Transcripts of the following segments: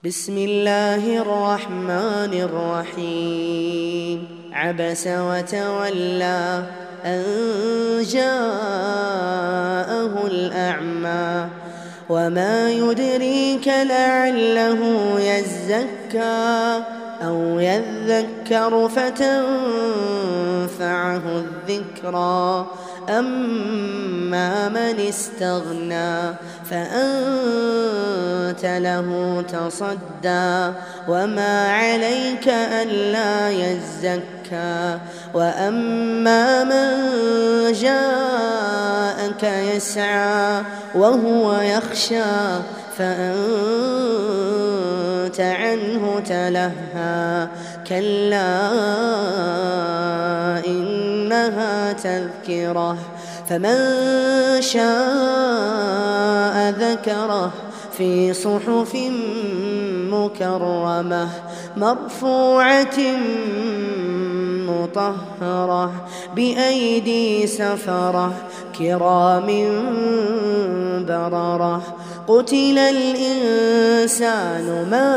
بسم الله الرحمن الرحيم. عبس وتولى أن جاءه الأعمى وما يدريك لعله يزكى أو يذكر فتنفعه الذكرى أما من استغنى فأنت له تصدى وما عليك ألا يزكى وأما من جاءك يسعى وهو يخشى فأنت عنه تلهى كلا إنها تذكرة فمن شاء ذكره في صحف مكرمة مرفوعة مطهرة بأيدي سفرة كرام بررة قتل الإنسان ما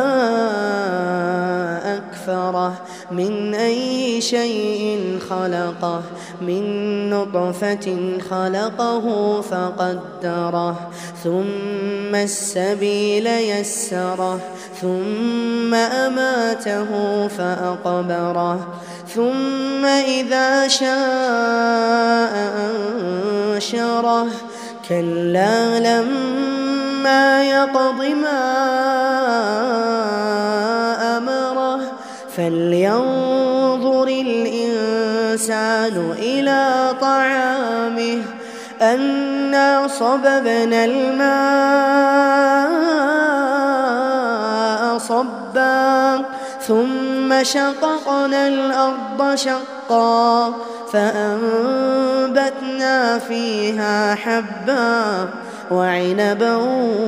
أكفره من أي شيء خلقه من نطفة خلقه فقدره ثم السبيل يسره ثم أماته فأقبره ثم إذا شاء أنشره كلا لما يقض ما أمره فلينظر الإنسان إلى طعامه أنا صببنا الماء صبا ثم شققنا الأرض شقا فأنبتنا فيها حبا وعنبا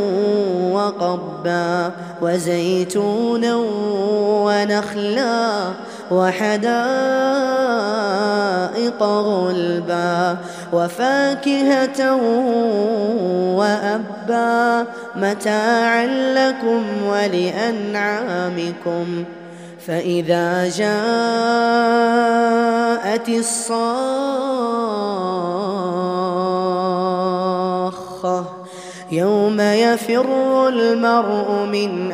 وقبا وزيتونا ونخلا وحدائق غلبا وفاكهة وأبا متاعا لكم ولأنعامكم فإذا جاءت الصاخة يوم يفر المرء من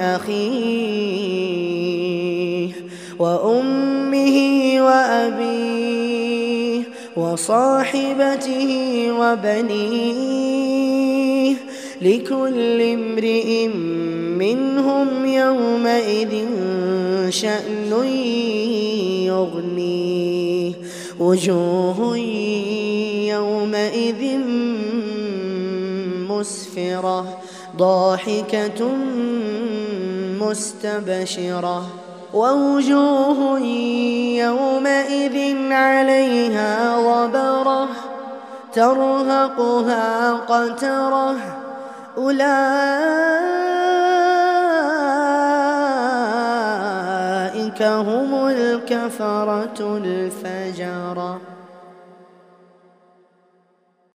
أخيه وأمه وأبيه وصاحبته وبنيه لكل امرئ منهم يومئذ شأن يغنيه وجوه يومئذ مسفرة ضاحكة مستبشرة ووجوه يومئذ عليها غبرة ترهقها قترة أولئك هم الكفرة الفجرة.